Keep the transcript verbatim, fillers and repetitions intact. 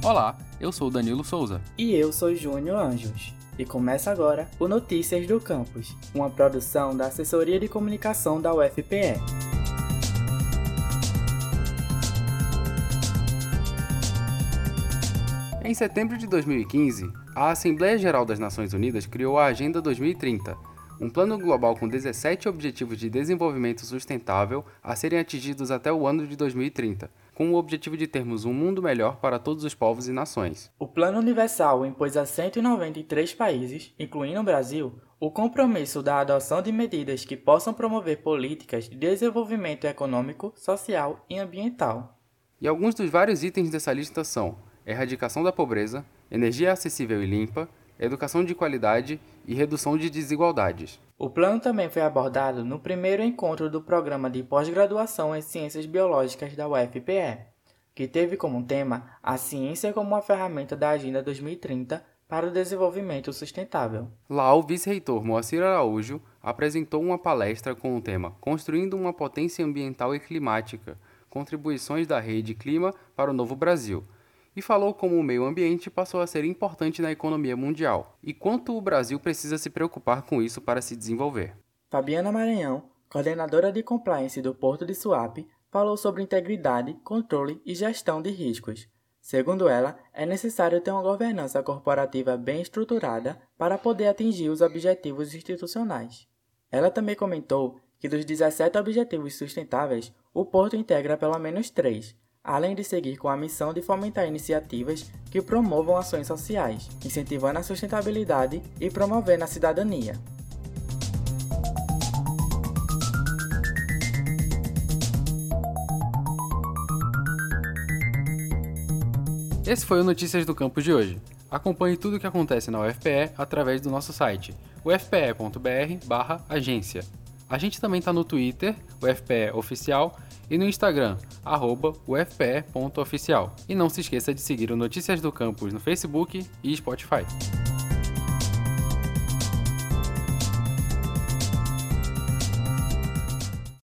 Olá, eu sou o Danilo Souza. E eu sou Júnior Anjos. E começa agora o Notícias do Campus, uma produção da Assessoria de Comunicação da U F P E. Em setembro de dois mil e quinze, a Assembleia Geral das Nações Unidas criou a Agenda dois mil e trinta, um plano global com dezessete Objetivos de Desenvolvimento Sustentável a serem atingidos até o ano de dois mil e trinta, com o objetivo de termos um mundo melhor para todos os povos e nações. O Plano Universal impôs a cento e noventa e três países, incluindo o Brasil, o compromisso da adoção de medidas que possam promover políticas de desenvolvimento econômico, social e ambiental. E alguns dos vários itens dessa lista são erradicação da pobreza, energia acessível e limpa, educação de qualidade e redução de desigualdades. O plano também foi abordado no primeiro encontro do Programa de Pós-Graduação em Ciências Biológicas da U F P E, que teve como tema a ciência como uma ferramenta da Agenda dois mil e trinta para o desenvolvimento sustentável. Lá, o vice-reitor Moacir Araújo apresentou uma palestra com o tema Construindo uma Potência Ambiental e Climática, Contribuições da Rede Clima para o Novo Brasil, e falou como o meio ambiente passou a ser importante na economia mundial e quanto o Brasil precisa se preocupar com isso para se desenvolver. Fabiana Maranhão, coordenadora de compliance do Porto de Suape, falou sobre integridade, controle e gestão de riscos. Segundo ela, é necessário ter uma governança corporativa bem estruturada para poder atingir os objetivos institucionais. Ela também comentou que dos dezessete objetivos sustentáveis, o Porto integra pelo menos três, além de seguir com a missão de fomentar iniciativas que promovam ações sociais, incentivando a sustentabilidade e promovendo a cidadania. Esse foi o Notícias do Campus de hoje. Acompanhe tudo o que acontece na U F P E através do nosso site, u f p e ponto b r barra agência. A gente também está no Twitter, U F P E Oficial, e no Instagram, arroba u f p e ponto oficial. E não se esqueça de seguir o Notícias do Campus no Facebook e Spotify.